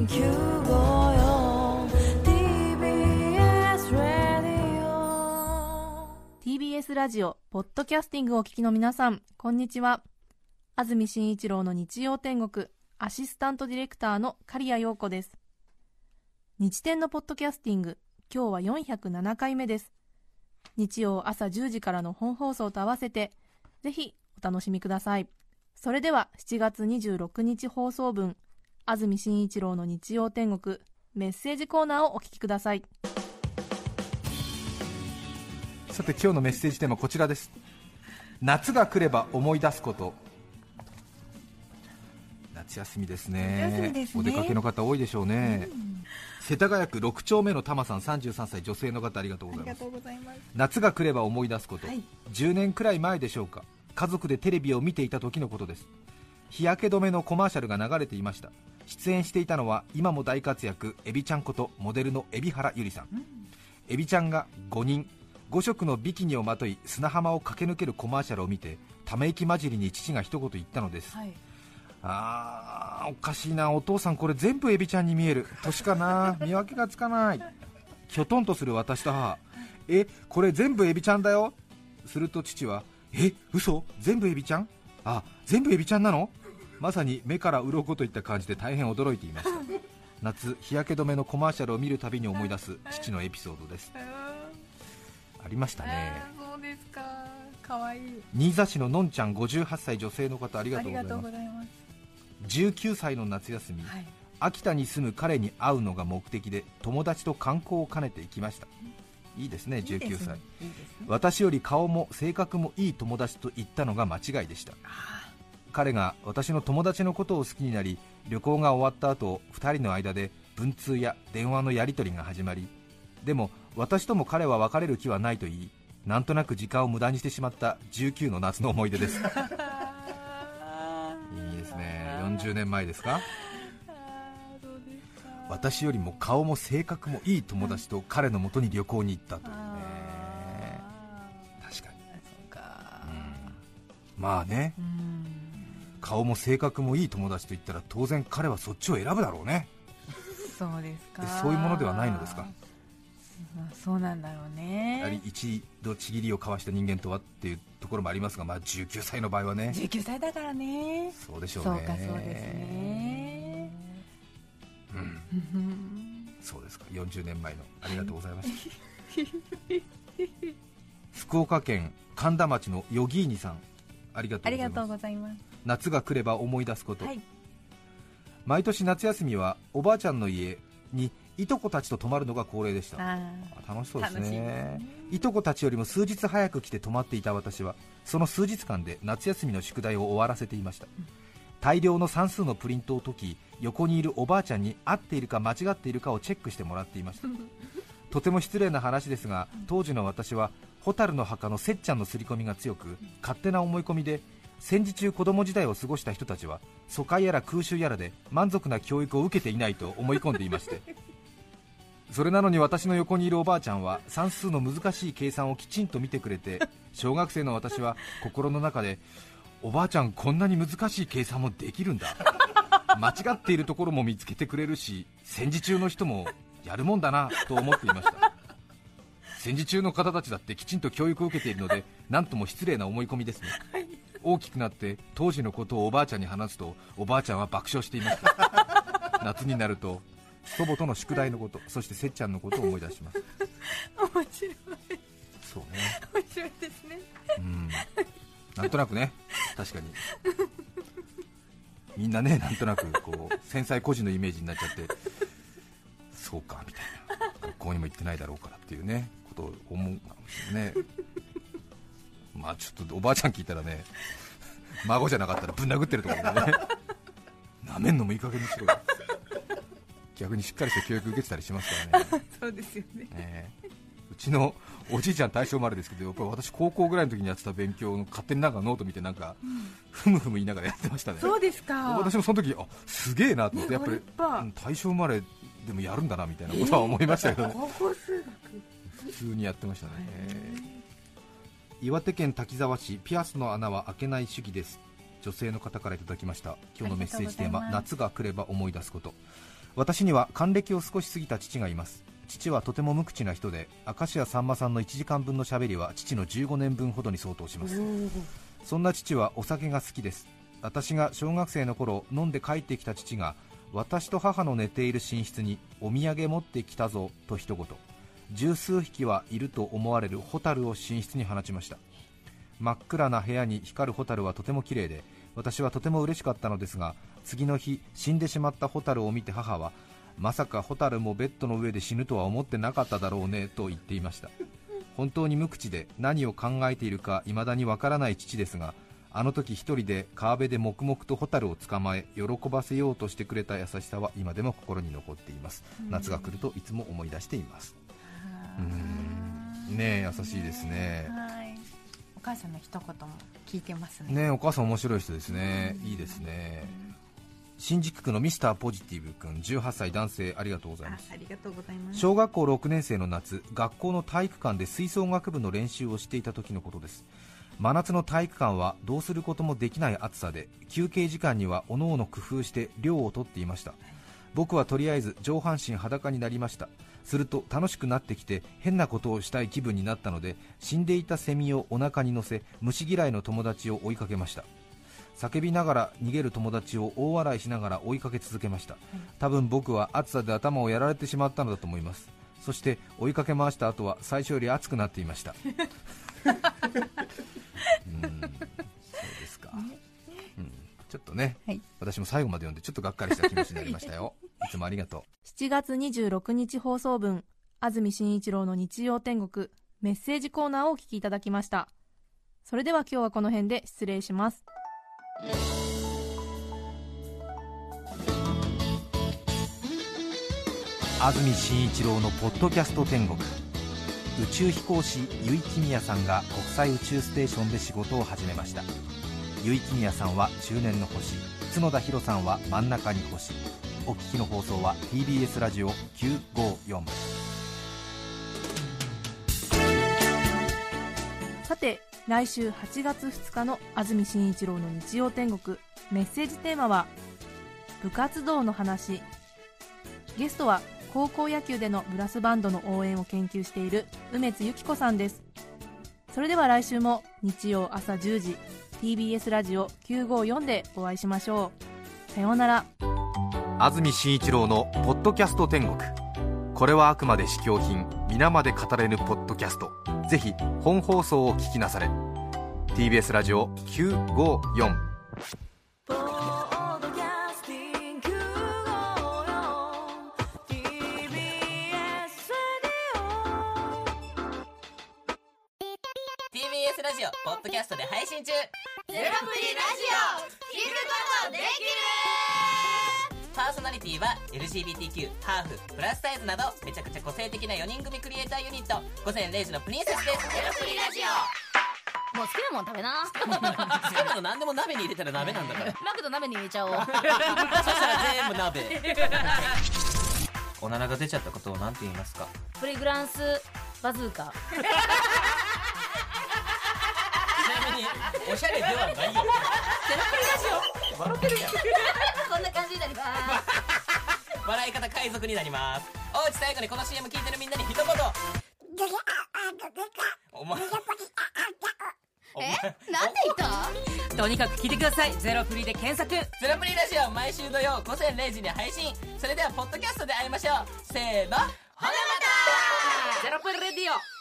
TBS ラジオポッドキャスティングをお聞きの皆さん、こんにちは。安住紳一郎の日曜天国アシスタントディレクターの刈谷陽子です。日天のポッドキャスティング、今日は407回目です。日曜朝10時からの本放送と合わせてぜひお楽しみください。それでは7月26日放送分、安住紳一郎の日曜天国メッセージコーナーをお聞きください。 さて今日のメッセージテーマはこちらです。夏が来れば思い出すこと。夏休みですね。お出かけの方多いでしょうね。世田谷区6丁目の玉さん、33歳女性の方、ありがとうございます。夏が来れば思い出すこと、10年くらい前でしょうか。家族でテレビを見ていた時のことです。日焼け止めのコマーシャルが流れていました。出演していたのは今も大活躍、エビちゃんことモデルの海老原ゆりさん。エビちゃんが5色のビキニをまとい砂浜を駆け抜けるコマーシャルを見て、ため息混じりに父が一言言ったのです。おかしいな、お父さんこれ全部エビちゃんに見える。年かな、見分けがつかない。きょとんとする私と母、これ全部エビちゃんだよ。すると父は、嘘、全部エビちゃん、全部エビちゃんなの。まさに目から鱗といった感じで大変驚いていました。夏、日焼け止めのコマーシャルを見るたびに思い出す父のエピソードです。ありましたね。 そうですか、かわいい。 新座市ののんちゃん58歳女性の方、ありがとうございます。19歳の夏休み、秋田に住む彼に会うのが目的で友達と観光を兼ねて行きました。いいですね、19歳。私より顔も性格もいい友達と言ったのが間違いでした。彼が私の友達のことを好きになり、旅行が終わった後2人の間で文通や電話のやり取りが始まり、でも私とも彼は別れる気はないと言い、なんとなく時間を無駄にしてしまった19の夏の思い出です。いいですね、40年前ですか。私よりも顔も性格もいい友達と彼の元に旅行に行ったというね。確かにそうか、まあね、顔も性格もいい友達と言ったら当然彼はそっちを選ぶだろうね。 そうですか。 そういうものではないのですか。 そうなんだろうね。 やはり一度ちぎりを交わした人間とはっていうところもありますが、19歳の場合はね。 19歳だからね。 そうでしょうね。 そうか、そうですね。 そうですか、40年前のありがとうございました。福岡県神田町のヨギーニさん、ありがとうございます。夏が来れば思い出すこと、毎年夏休みはおばあちゃんの家にいとこたちと泊まるのが恒例でした。楽しそうですね。いとこたちよりも数日早く来て泊まっていた私は、その数日間で夏休みの宿題を終わらせていました。大量の算数のプリントを解き、横にいるおばあちゃんに合っているか間違っているかをチェックしてもらっていました。とても失礼な話ですが、当時の私は蛍の墓のせっちゃんの刷り込みが強く、勝手な思い込みで戦時中子供時代を過ごした人たちは疎開やら空襲やらで満足な教育を受けていないと思い込んでいまして、それなのに私の横にいるおばあちゃんは算数の難しい計算をきちんと見てくれて、小学生の私は心の中で、おばあちゃんこんなに難しい計算もできるんだ、間違っているところも見つけてくれるし、戦時中の人もやるもんだなと思っていました。戦時中の方たちだってきちんと教育を受けているので、なんとも失礼な思い込みですね。大きくなって当時のことをおばあちゃんに話すと、おばあちゃんは爆笑していました。夏になると祖母との宿題のこと、そしてせっちゃんのことを思い出します。 面白い。 そうね、 面白いですね。 なんとなくね、確かにみんなね、なんとなくこう繊細孤児のイメージになっちゃって、そうかみたいな、学校にも行ってないだろうからっていうねことを思うかもしれないね。ちょっとおばあちゃん聞いたらね、孫じゃなかったらぶん殴ってるところでね、なめんのもいい加減にしろよ。逆にしっかりした教育受けてたりしますからね。 そうですよね。 うちのおじいちゃん大正生まれですけど、やっぱり私高校ぐらいの時にやってた勉強の勝手になんかノート見てなんか、ふむふむ言いながらやってましたね。 そうですか。 私もその時すげえなと思って、やっぱり大正生まれでもやるんだなみたいなことは思いましたけど、 高校数学普通にやってましたね。岩手県滝沢市、ピアスの穴は開けない主義です。女性の方からいただきました。今日のメッセージテーマ、夏が来れば思い出すこと。 私には還暦を少し過ぎた父がいます。父はとても無口な人で、明石家さんまさんの1時間分のしゃべりは父の15年分ほどに相当します。そんな父はお酒が好きです。私が小学生の頃、飲んで帰ってきた父が、私と母の寝ている寝室にお土産持ってきたぞと一言、十数匹はいると思われるホタルを寝室に放ちました。真っ暗な部屋に光るホタルはとても綺麗で、私はとても嬉しかったのですが、次の日死んでしまったホタルを見て母は、まさかホタルもベッドの上で死ぬとは思ってなかっただろうねと言っていました。本当に無口で何を考えているか未だにわからない父ですが、あの時一人で川辺で黙々とホタルを捕まえ喜ばせようとしてくれた優しさは今でも心に残っています。夏が来るといつも思い出しています。ねえ、優しいですね。 はい、お母さんの一言も聞いてますね。 ねえ、お母さん面白い人ですね。いいですね。新宿区のミスターポジティブ君、18歳男性、ありがとうございます。 ありがとうございます。 小学校6年生の夏、学校の体育館で吹奏楽部の練習をしていた時のことです。真夏の体育館はどうすることもできない暑さで、休憩時間にはおのおの工夫して涼をとっていました。僕はとりあえず上半身裸になりました。すると楽しくなってきて変なことをしたい気分になったので、死んでいたセミをお腹に乗せ、虫嫌いの友達を追いかけました。叫びながら逃げる友達を大笑いしながら追いかけ続けました。多分僕は暑さで頭をやられてしまったのだと思います。そして追いかけ回した後は最初より暑くなっていました。そうですか、ちょっとね、私も最後まで読んでちょっとがっかりした気持ちになりましたよ。いつもありがとう。 7月26日放送分、安住紳一郎の日曜天国メッセージコーナーをお聞きいただきました。それでは今日はこの辺で失礼します。 安住紳一郎のポッドキャスト天国。宇宙飛行士油井亀美也さんが国際宇宙ステーションで仕事を始めました。油井亀美也さんは中年の星、角田博さんは真ん中に星。お聞きの放送は TBS ラジオ954。 さて、来週8月2日の安住紳一郎の日曜天国、メッセージテーマは部活動の話。ゲストは高校野球でのブラスバンドの応援を研究している梅津由紀子さんです。それでは来週も日曜朝10時 TBS ラジオ954でお会いしましょう。さようなら。 安住紳一郎のポッドキャスト天国。これはあくまで試供品、皆まで語れぬポッドキャスト。ぜひ本放送を聞きなされ。 TBS ラジオ954。 ラジオポッドキャストで配信中。 ゼロプリラジオ聞くことできる。 パーソナリティは LGBTQ、ハーフ、プラスサイズなどめちゃくちゃ個性的な4人組クリエイターユニット、午前0時のプリンセスです。 ゼロプリラジオ、もう好きなもん食べな。 好きなの何でも鍋に入れたら鍋なんだから。 マクド鍋に入れちゃおう。 そしたら全部鍋。おならが出ちゃったことを何て言いますか？ プリグランスバズーカ。 ちなみにおしゃれではないよ。ゼロプリラジオ笑ってるやん。 こんな感じになります。 笑い方海賊になります。おうち最後にこの CM 聞いてるみんなに一言。お前なんて言った？とにかく聞いてください。ゼロプリで検索。 ゼロプリラジオ毎週土曜午前0時に配信。それではポッドキャストで会いましょう。せーの、ほなまた。 ゼロプリレディオ。